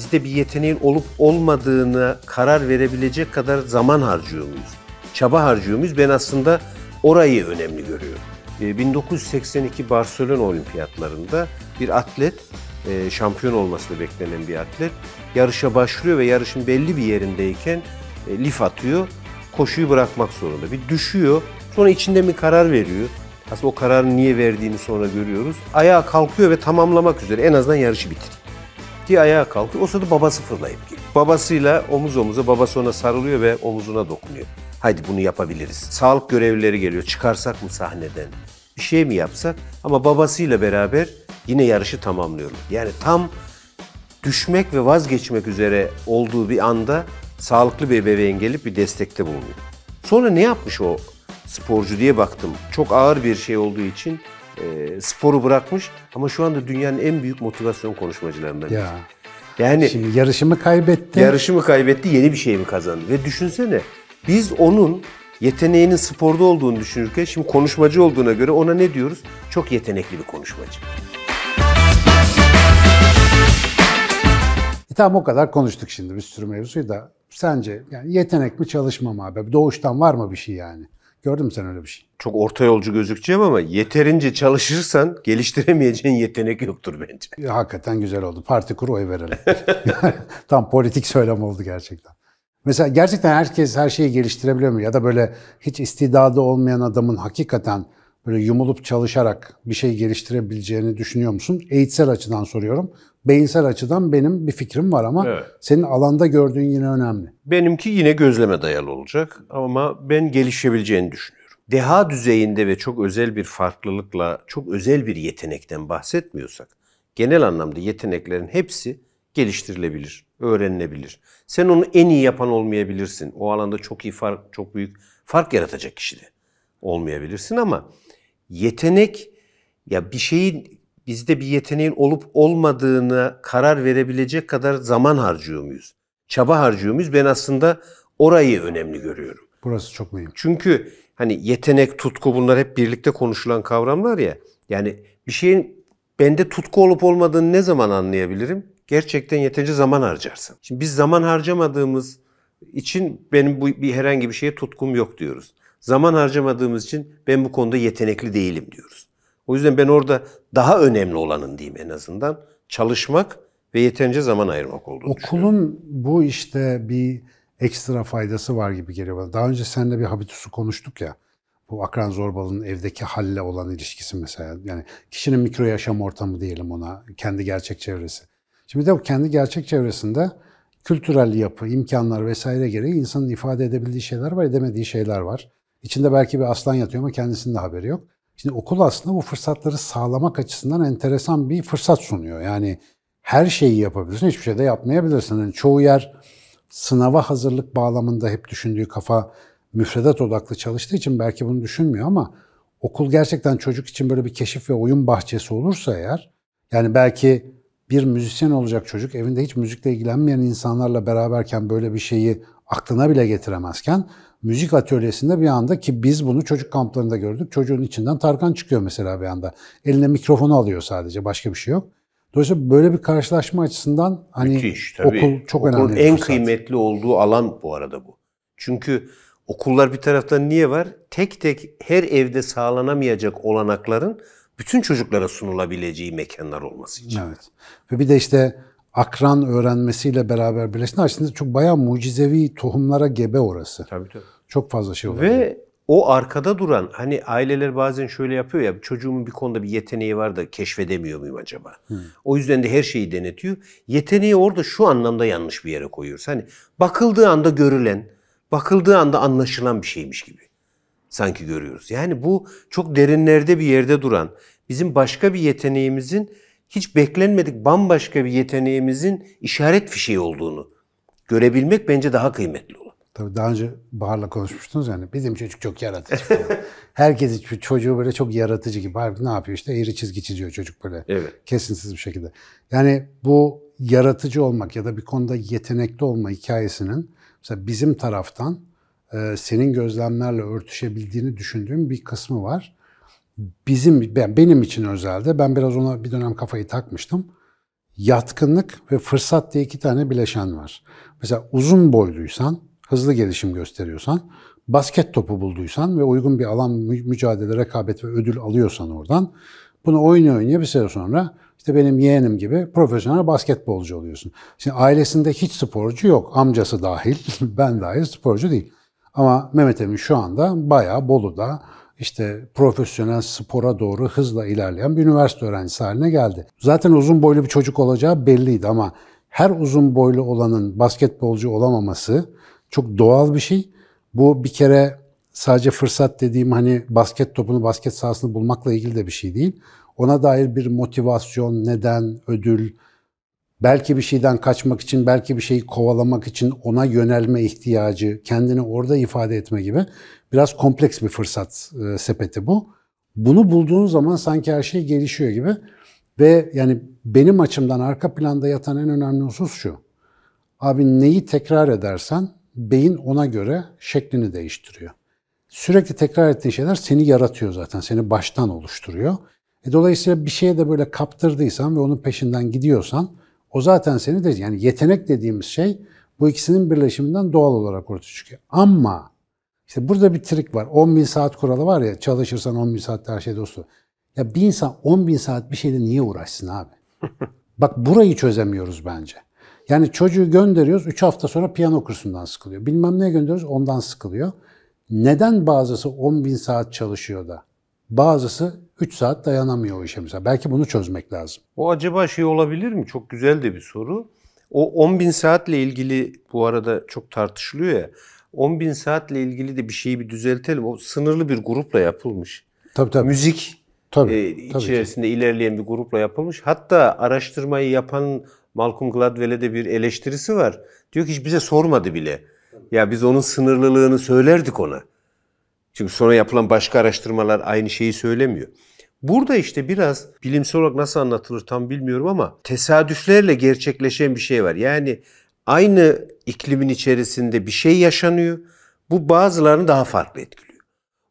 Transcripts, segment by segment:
bizde bir yeteneğin olup olmadığına karar verebilecek kadar zaman harcıyor muyuz? Çaba harcıyor muyuz? Ben aslında orayı önemli görüyorum. 1982 Barcelona Olimpiyatlarında bir atlet, şampiyon olması beklenen bir atlet, yarışa başlıyor ve yarışın belli bir yerindeyken lif atıyor, koşuyu bırakmak zorunda. Bir düşüyor, sonra içinde bir karar veriyor. Aslında o kararı niye verdiğini sonra görüyoruz. Ayağa kalkıyor ve tamamlamak üzere en azından yarışı bitir diye ayağa kalkıyor. O sırada babası fırlayıp geliyor. Babasıyla omuz omuza, babası ona sarılıyor ve omuzuna dokunuyor. Haydi bunu yapabiliriz. Sağlık görevlileri geliyor. Çıkarsak mı sahneden? Bir şey mi yapsak? Ama babasıyla beraber yine yarışı tamamlıyor. Yani tam düşmek ve vazgeçmek üzere olduğu bir anda sağlıklı bir ebeveyn gelip bir destekte bulunuyor. Sonra ne yapmış o sporcu diye baktım. Çok ağır bir şey olduğu için sporu bırakmış ama şu anda dünyanın en büyük motivasyon konuşmacılarından biri. Yani şimdi yarışımı kaybetti. Yarışımı kaybetti, yeni bir şey mi kazandı? Ve düşünsene, biz onun yeteneğinin sporda olduğunu düşünürken şimdi konuşmacı olduğuna göre ona ne diyoruz? Çok yetenekli bir konuşmacı. Tamam, o kadar konuştuk şimdi bir sürü mevzuyu da. Sence yani yetenek mi çalışma mı abi? Doğuştan var mı bir şey yani? Gördün mü sen öyle bir şey? Çok orta yolcu gözükeceğim ama yeterince çalışırsan geliştiremeyeceğin yetenek yoktur bence. Hakikaten güzel oldu. Parti kur, oy verelim. Tam politik söylem oldu gerçekten. Mesela gerçekten herkes her şeyi geliştirebiliyor mu? Ya da böyle hiç istidadı olmayan adamın hakikaten böyle yumulup çalışarak bir şey geliştirebileceğini düşünüyor musun? Eğitsel açıdan soruyorum. Beyinsel açıdan benim bir fikrim var ama evet, senin alanda gördüğün yine önemli. Benimki yine gözleme dayalı olacak ama ben gelişebileceğini düşünüyorum. Deha düzeyinde ve çok özel bir farklılıkla, çok özel bir yetenekten bahsetmiyorsak, genel anlamda yeteneklerin hepsi geliştirilebilir, öğrenilebilir. Sen onu en iyi yapan olmayabilirsin. O alanda çok büyük fark yaratacak kişi de olmayabilirsin ama yetenek, ya bir şeyin, bizde bir yeteneğin olup olmadığına karar verebilecek kadar zaman harcıyor muyuz? Çaba harcıyor muyuz? Ben aslında orayı önemli görüyorum. Burası çok mühim. Çünkü hani yetenek, tutku, bunlar hep birlikte konuşulan kavramlar ya. Yani bir şeyin bende tutku olup olmadığını ne zaman anlayabilirim? Gerçekten yeterince zaman harcarsam. Şimdi biz zaman harcamadığımız için benim herhangi bir şeye tutkum yok diyoruz. Zaman harcamadığımız için ben bu konuda yetenekli değilim diyoruz. O yüzden ben orada daha önemli olanın diyeyim en azından çalışmak ve yeterince zaman ayırmak olduğunu düşünüyorum. Okulun bu işte bir ekstra faydası var gibi geliyor bana. Daha önce seninle bir habitusu konuştuk ya. Bu akran zorbalığının evdeki halle olan ilişkisi mesela. Yani kişinin mikro yaşam ortamı diyelim ona, kendi gerçek çevresi. Şimdi de bu kendi gerçek çevresinde kültürel yapı, imkanlar vesaire gereği insanın ifade edebildiği şeyler var, edemediği şeyler var. İçinde belki bir aslan yatıyor ama kendisinin de haberi yok. Şimdi okul aslında bu fırsatları sağlamak açısından enteresan bir fırsat sunuyor. Yani her şeyi yapabilirsin, hiçbir şey de yapmayabilirsin. Yani çoğu yer sınava hazırlık bağlamında hep düşündüğü kafa müfredat odaklı çalıştığı için belki bunu düşünmüyor ama okul gerçekten çocuk için böyle bir keşif ve oyun bahçesi olursa eğer, yani belki bir müzisyen olacak çocuk evinde hiç müzikle ilgilenmeyen insanlarla beraberken böyle bir şeyi aklına bile getiremezken müzik atölyesinde bir anda, ki biz bunu çocuk kamplarında gördük, çocuğun içinden Tarkan çıkıyor mesela bir anda. Eline mikrofonu alıyor sadece, başka bir şey yok. Dolayısıyla böyle bir karşılaşma açısından hani müthiş, okul çok önemli bir fırsat. En kıymetli olduğu alan bu arada bu. Çünkü okullar bir taraftan niye var? Tek tek her evde sağlanamayacak olanakların bütün çocuklara sunulabileceği mekanlar olması için. Evet. Ve bir de işte akran öğrenmesiyle beraber birleşti. Aslında çok bayağı mucizevi tohumlara gebe orası. Tabii. Çok fazla şey oluyor. Ve o arkada duran, hani aileler bazen şöyle yapıyor ya, çocuğumun bir konuda bir yeteneği var da keşfedemiyor muyum acaba? O yüzden de her şeyi denetiyor. Yeteneği orada şu anlamda yanlış bir yere koyuyoruz. Hani bakıldığı anda görülen, bakıldığı anda anlaşılan bir şeymiş gibi sanki görüyoruz. Yani bu çok derinlerde bir yerde duran, bizim başka bir yeteneğimizin, hiç beklenmedik bambaşka bir yeteneğimizin işaret fişeği olduğunu görebilmek bence daha kıymetli olan. Tabii daha önce Bahar'la konuşmuştunuz yani, bizim çocuk çok yaratıcı falan. Herkes çocuğu böyle çok yaratıcı gibi. Bahar ne yapıyor işte, eğri çizgi çiziyor çocuk böyle. Evet. Kesintisiz bir şekilde. Yani bu yaratıcı olmak ya da bir konuda yetenekli olma hikayesinin mesela bizim taraftan senin gözlemlerle örtüşebildiğini düşündüğüm bir kısmı var. Benim için özelde, ben biraz ona bir dönem kafayı takmıştım. yatkınlık ve fırsat diye iki tane bileşen var. Mesela uzun boyluysan, hızlı gelişim gösteriyorsan, basket topu bulduysan ve uygun bir alan mücadele, rekabet ve ödül alıyorsan oradan, bunu oynaya bir süre sonra işte benim yeğenim gibi profesyonel basketbolcu oluyorsun. Şimdi ailesinde hiç sporcu yok. Amcası dahil, ben dahil sporcu değil. Ama Mehmet Emin şu anda bayağı Bolu'da işte profesyonel spora doğru hızla ilerleyen bir üniversite öğrencisi haline geldi. Zaten uzun boylu bir çocuk olacağı belliydi ama her uzun boylu olanın basketbolcu olamaması çok doğal bir şey. Bu bir kere sadece fırsat dediğim hani basket topunu, basket sahasını bulmakla ilgili de bir şey değil. Ona dair bir motivasyon, neden, ödül, belki bir şeyden kaçmak için, belki bir şeyi kovalamak için ona yönelme ihtiyacı, kendini orada ifade etme gibi biraz kompleks bir fırsat sepeti bu. Bunu bulduğun zaman sanki her şey gelişiyor gibi ve yani benim açımdan arka planda yatan en önemli husus şu. Abi neyi tekrar edersen beyin ona göre şeklini değiştiriyor. Sürekli tekrar ettiğin şeyler seni yaratıyor zaten, seni baştan oluşturuyor. Dolayısıyla bir şeye de böyle kaptırdıysan ve onun peşinden gidiyorsan o zaten seni de yani yetenek dediğimiz şey bu ikisinin birleşiminden doğal olarak ortaya çıkıyor. Ama işte burada bir trik var. 10.000 saat kuralı var ya, çalışırsan 10.000 saatte her şey dostu. Ya bir insan 10.000 saat bir şeyle niye uğraşsın abi? Bak burayı çözemiyoruz bence. Yani çocuğu gönderiyoruz 3 hafta sonra piyano kursundan sıkılıyor. Bilmem neye gönderiyoruz ondan sıkılıyor. Neden bazısı 10.000 saat çalışıyor da bazısı 3 saat dayanamıyor o işe mesela? Belki bunu çözmek lazım. O acaba şey olabilir mi? Çok güzel de bir soru. O 10.000 saatle ilgili bu arada çok tartışılıyor ya. 10.000 saatle ilgili de bir şeyi bir düzeltelim. O sınırlı bir grupla yapılmış. Tabii. Müzik içerisinde ilerleyen bir grupla yapılmış. Hatta araştırmayı yapan Malcolm Gladwell'e de bir eleştirisi var. Diyor ki hiç bize sormadı bile. Ya biz onun sınırlılığını söylerdik ona. Çünkü sonra yapılan başka araştırmalar aynı şeyi söylemiyor. Burada işte biraz bilimsel olarak nasıl anlatılır tam bilmiyorum ama tesadüflerle gerçekleşen bir şey var. Yani aynı iklimin içerisinde bir şey yaşanıyor. Bu bazılarını daha farklı etkiliyor.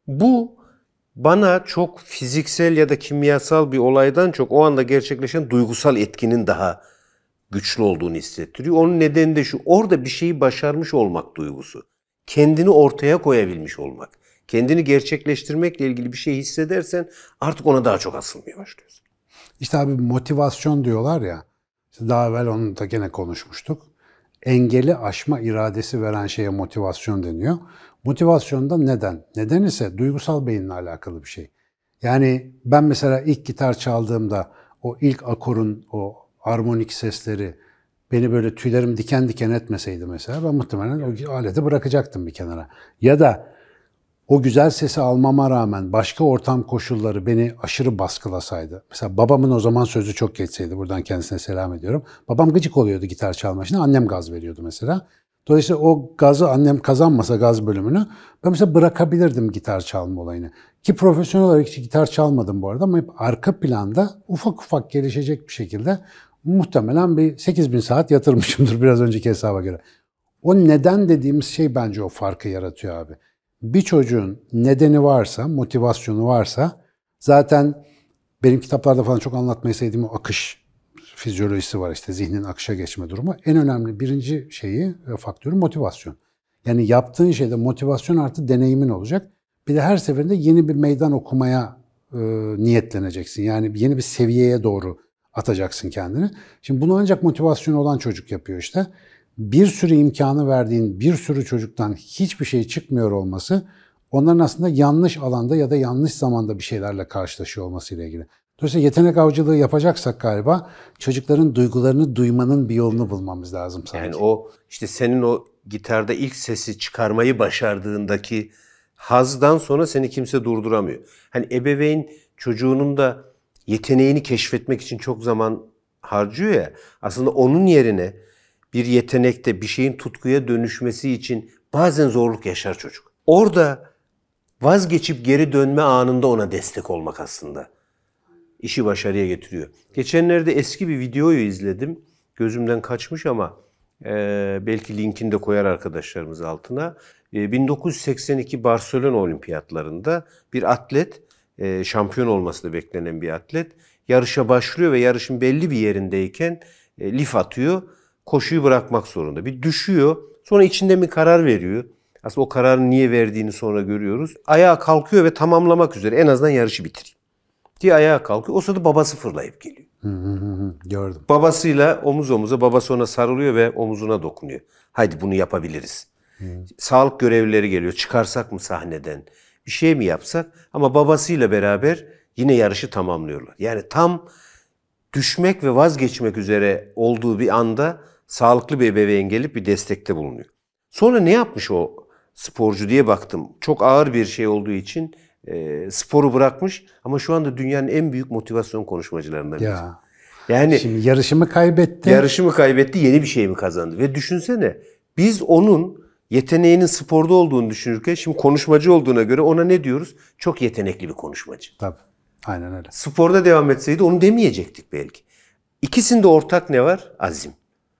Bu bana çok fiziksel ya da kimyasal bir olaydan çok o anda gerçekleşen duygusal etkinin daha güçlü olduğunu hissettiriyor. Onun nedeni de şu, orada bir şeyi başarmış olmak duygusu. Kendini ortaya koyabilmiş olmak. Kendini gerçekleştirmekle ilgili bir şey hissedersen artık ona daha çok asılmaya başlıyorsun. İşte abi motivasyon diyorlar ya, daha evvel onu da gene konuşmuştuk. Engeli aşma iradesi veren şeye motivasyon deniyor. Motivasyon da neden? Neden ise duygusal beyinle alakalı bir şey. Yani ben mesela ilk gitar çaldığımda o ilk akorun o armonik sesleri beni böyle tüylerim diken diken etmeseydi mesela ben muhtemelen o aleti bırakacaktım bir kenara. Ya da o güzel sesi almama rağmen başka ortam koşulları beni aşırı baskılasaydı. Mesela babamın o zaman sözü çok geçseydi. Buradan kendisine selam ediyorum. Babam gıcık oluyordu gitar çalma işine. Annem gaz veriyordu mesela. Dolayısıyla o gazı annem kazanmasa gaz bölümünü ben mesela bırakabilirdim gitar çalma olayını. Ki profesyonel olarak hiç gitar çalmadım bu arada ama hep arka planda ufak ufak gelişecek bir şekilde muhtemelen bir 8.000 saat yatırmışımdır biraz önceki hesaba göre. O neden dediğimiz şey bence o farkı yaratıyor abi. Bir çocuğun nedeni varsa, motivasyonu varsa zaten benim kitaplarda falan çok anlatmayı sevdiğim o akış fizyolojisi var işte zihnin akışa geçme durumu. En önemli birinci şeyi, faktörü motivasyon. Yani yaptığın şeyde motivasyon artı deneyimin olacak. Bir de her seferinde yeni bir meydan okumaya niyetleneceksin. Yani yeni bir seviyeye doğru atacaksın kendini. Şimdi bunu ancak motivasyonu olan çocuk yapıyor işte. Bir sürü imkanı verdiğin bir sürü çocuktan hiçbir şey çıkmıyor olması onların aslında yanlış alanda ya da yanlış zamanda bir şeylerle karşılaşıyor olmasıyla ilgili. Dolayısıyla yetenek avcılığı yapacaksak galiba çocukların duygularını duymanın bir yolunu bulmamız lazım sanki. Yani o işte senin o gitarda ilk sesi çıkarmayı başardığındaki hazdan sonra seni kimse durduramıyor. Hani ebeveyn çocuğunun da yeteneğini keşfetmek için çok zaman harcıyor ya. Aslında onun yerine bir yetenekte bir şeyin tutkuya dönüşmesi için bazen zorluk yaşar çocuk. Orada vazgeçip geri dönme anında ona destek olmak aslında işi başarıya getiriyor. Geçenlerde eski bir videoyu izledim. Gözümden kaçmış ama belki linkini de koyar arkadaşlarımız altına. 1982 Barcelona Olimpiyatlarında bir atlet, şampiyon olması da beklenen bir atlet, yarışa başlıyor ve yarışın belli bir yerindeyken lif atıyor. Koşuyu bırakmak zorunda. Bir düşüyor. Sonra içinde bir karar veriyor. Aslında o kararın niye verdiğini sonra görüyoruz. Ayağa kalkıyor ve tamamlamak üzere en azından yarışı bitireyim diye ayağa kalkıyor. O sırada babası fırlayıp geliyor. Gördüm. Babasıyla omuz omuza, babası ona sarılıyor ve omuzuna dokunuyor. Haydi bunu yapabiliriz. Sağlık görevlileri geliyor. Çıkarsak mı sahneden? Bir şey mi yapsak? Ama babasıyla beraber yine yarışı tamamlıyorlar. Yani tam düşmek ve vazgeçmek üzere olduğu bir anda sağlıklı bir ebeveyn gelip bir destekte bulunuyor. Sonra ne yapmış o sporcu diye baktım. Çok ağır bir şey olduğu için sporu bırakmış ama şu anda dünyanın en büyük motivasyon konuşmacılarından biri. Ya. Yani Şimdi yarışımı kaybetti. yarışımı kaybetti, yeni bir şey mi kazandı? Ve düşünsene, biz onun yeteneğinin sporda olduğunu düşünürken şimdi konuşmacı olduğuna göre ona ne diyoruz? Çok yetenekli bir konuşmacı. Tabii. Aynen öyle. Sporda devam etseydi onu demeyecektik belki. İkisinde ortak ne var? Azim.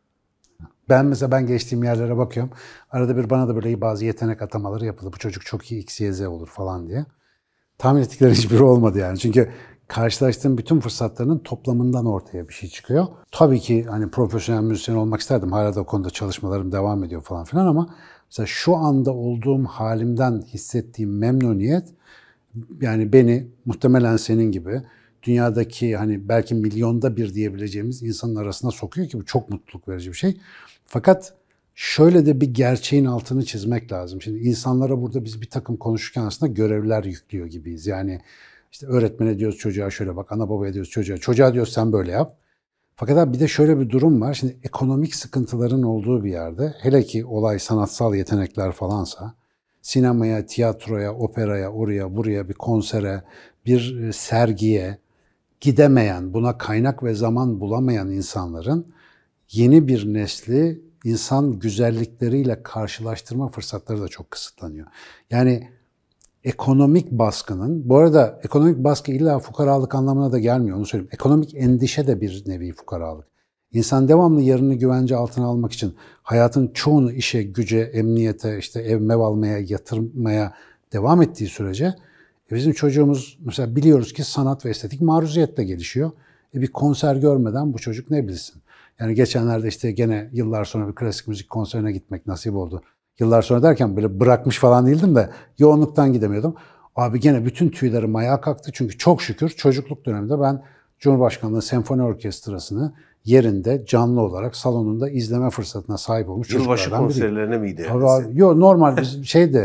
Ben geçtiğim yerlere bakıyorum. Arada bir bana da böyle bazı yetenek atamaları yapıldı. Bu çocuk çok iyi X, Y, Z olur falan diye. Tahmin ettikleri hiçbiri olmadı yani. Çünkü karşılaştığım bütün fırsatlarının toplamından ortaya bir şey çıkıyor. Tabii ki hani profesyonel müzisyen olmak isterdim. Hala da o konuda çalışmalarım devam ediyor falan filan ama mesela şu anda olduğum halimden hissettiğim memnuniyet yani beni muhtemelen senin gibi dünyadaki hani belki milyonda bir diyebileceğimiz insanın arasına sokuyor ki bu çok mutluluk verici bir şey. Fakat şöyle de bir gerçeğin altını çizmek lazım. Şimdi insanlara burada biz bir takım konuşurken aslında görevler yüklüyor gibiyiz. Yani işte öğretmene diyoruz çocuğa şöyle bak, ana babaya diyoruz çocuğa diyoruz sen böyle yap. Fakat abi bir de şöyle bir durum var. Şimdi ekonomik sıkıntıların olduğu bir yerde, hele ki olay sanatsal yetenekler falansa, sinemaya, tiyatroya, operaya, oraya, buraya, bir konsere, bir sergiye gidemeyen, buna kaynak ve zaman bulamayan insanların yeni bir nesli insan güzellikleriyle karşılaştırma fırsatları da çok kısıtlanıyor. Yani ekonomik baskının, bu arada ekonomik baskı illa fukaralık anlamına da gelmiyor, onu söyleyeyim. Ekonomik endişe de bir nevi fukaralık. İnsan devamlı yarını güvence altına almak için hayatın çoğunu işe, güce, emniyete, işte ev mev almaya, yatırmaya devam ettiği sürece bizim çocuğumuz mesela biliyoruz ki sanat ve estetik maruziyetle gelişiyor. Bir konser görmeden bu çocuk ne bilsin? Yani geçenlerde işte gene yıllar sonra bir klasik müzik konserine gitmek nasip oldu. Yıllar sonra derken böyle bırakmış falan değildim de yoğunluktan gidemiyordum. Abi gene bütün tüylerim ayağa kalktı çünkü çok şükür çocukluk döneminde ben Cumhurbaşkanlığı Senfoni Orkestrası'nı yerinde canlı olarak salonunda izleme fırsatına sahip olmuş Yılbaşı çocuklardan biriyim. konserlerine miydi? Yok normal biz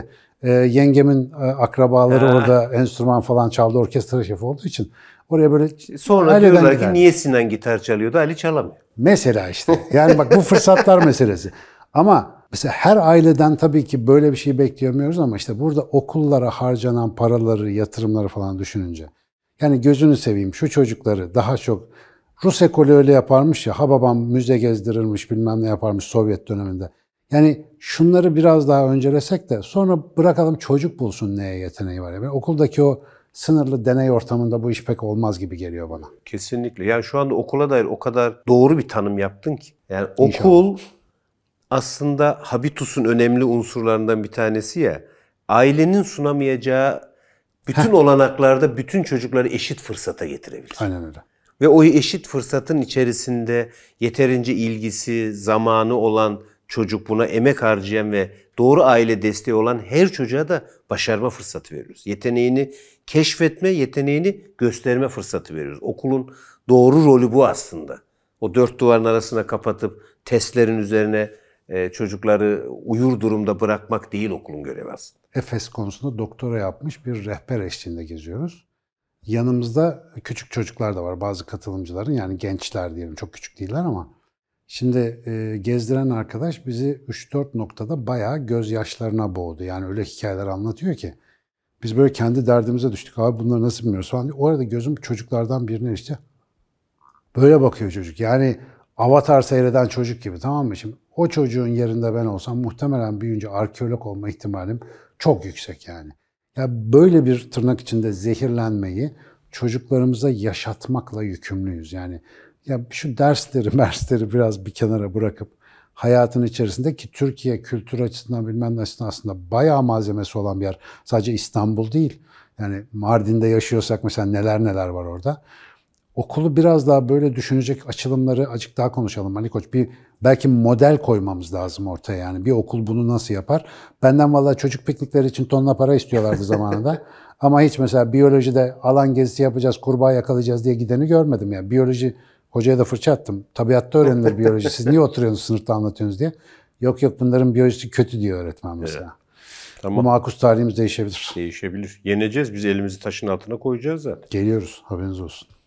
yengemin akrabaları orada enstrüman falan çaldı, orkestra şefi olduğu için oraya böyle Sonra diyorlar ki niye Sinan gitar çalıyordu, Ali çalamıyor. Mesela işte yani bak bu fırsatlar meselesi. Ama mesela her aileden tabii ki böyle bir şey bekleyemiyoruz ama işte burada okullara harcanan paraları, yatırımları falan düşününce yani gözünü seveyim şu çocukları daha çok Rus ekolü öyle yaparmış ya, ha babam müze gezdirirmiş bilmem ne yaparmış Sovyet döneminde. Yani şunları biraz daha öncelesek de sonra bırakalım çocuk bulsun neye yeteneği var. Yani okuldaki o sınırlı deney ortamında bu iş pek olmaz gibi geliyor bana. Kesinlikle. Yani şu anda okula dair o kadar doğru bir tanım yaptın ki. Yani İnşallah. okul aslında habitus'un önemli unsurlarından bir tanesi ya. Ailenin sunamayacağı bütün olanaklarda bütün çocukları eşit fırsata getirebilir. Aynen öyle. Ve o eşit fırsatın içerisinde yeterince ilgisi, zamanı olan çocuk, buna emek harcayan ve doğru aile desteği olan her çocuğa da başarma fırsatı veriyoruz. Yeteneğini keşfetme, yeteneğini gösterme fırsatı veriyoruz. Okulun doğru rolü bu aslında. O dört duvarın arasına kapatıp testlerin üzerine çocukları uyur durumda bırakmak değil okulun görevi aslında. Efes konusunda doktora yapmış bir rehber eşliğinde geziyoruz. Yanımızda küçük çocuklar da var bazı katılımcıların, yani gençler diyelim, çok küçük değiller ama. Şimdi gezdiren arkadaş bizi 3-4 noktada bayağı gözyaşlarına boğdu. Yani öyle hikayeler anlatıyor ki. Biz böyle kendi derdimize düştük. Abi bunları nasıl bilmiyoruz falan diye. O arada gözüm çocuklardan birine işte. Böyle bakıyor çocuk. Yani Avatar seyreden çocuk gibi, tamam mı? Şimdi o çocuğun yerinde ben olsam muhtemelen büyüyünce arkeolog olma ihtimalim çok yüksek yani. Ya böyle bir tırnak içinde zehirlenmeyi çocuklarımıza yaşatmakla yükümlüyüz. Yani ya şu dersleri biraz bir kenara bırakıp hayatın içerisinde, ki Türkiye kültür açısından bilmem ne açısından aslında bayağı malzemesi olan bir yer. Sadece İstanbul değil. Yani Mardin'de yaşıyorsak mesela neler var orada. Okulu biraz daha böyle düşünecek açılımları azıcık daha konuşalım Ali Koç. Bir belki model koymamız lazım ortaya yani. Bir okul bunu nasıl yapar? Benden vallahi çocuk piknikleri için tonla para istiyorlardı zamanında. Ama hiç mesela biyolojide alan gezisi yapacağız, kurbağa yakalayacağız diye gideni görmedim yani. Biyoloji hocaya da fırça attım. Tabiatta öğrenilir biyoloji. Siz niye oturuyorsunuz sınıfta anlatıyorsunuz diye. Yok bunların biyolojisi kötü diyor öğretmen mesela. Evet. Bu Tamam. makus tarihimiz değişebilir. Değişebilir. Yeneceğiz. Biz elimizi taşın altına koyacağız zaten. Geliyoruz, haberiniz olsun.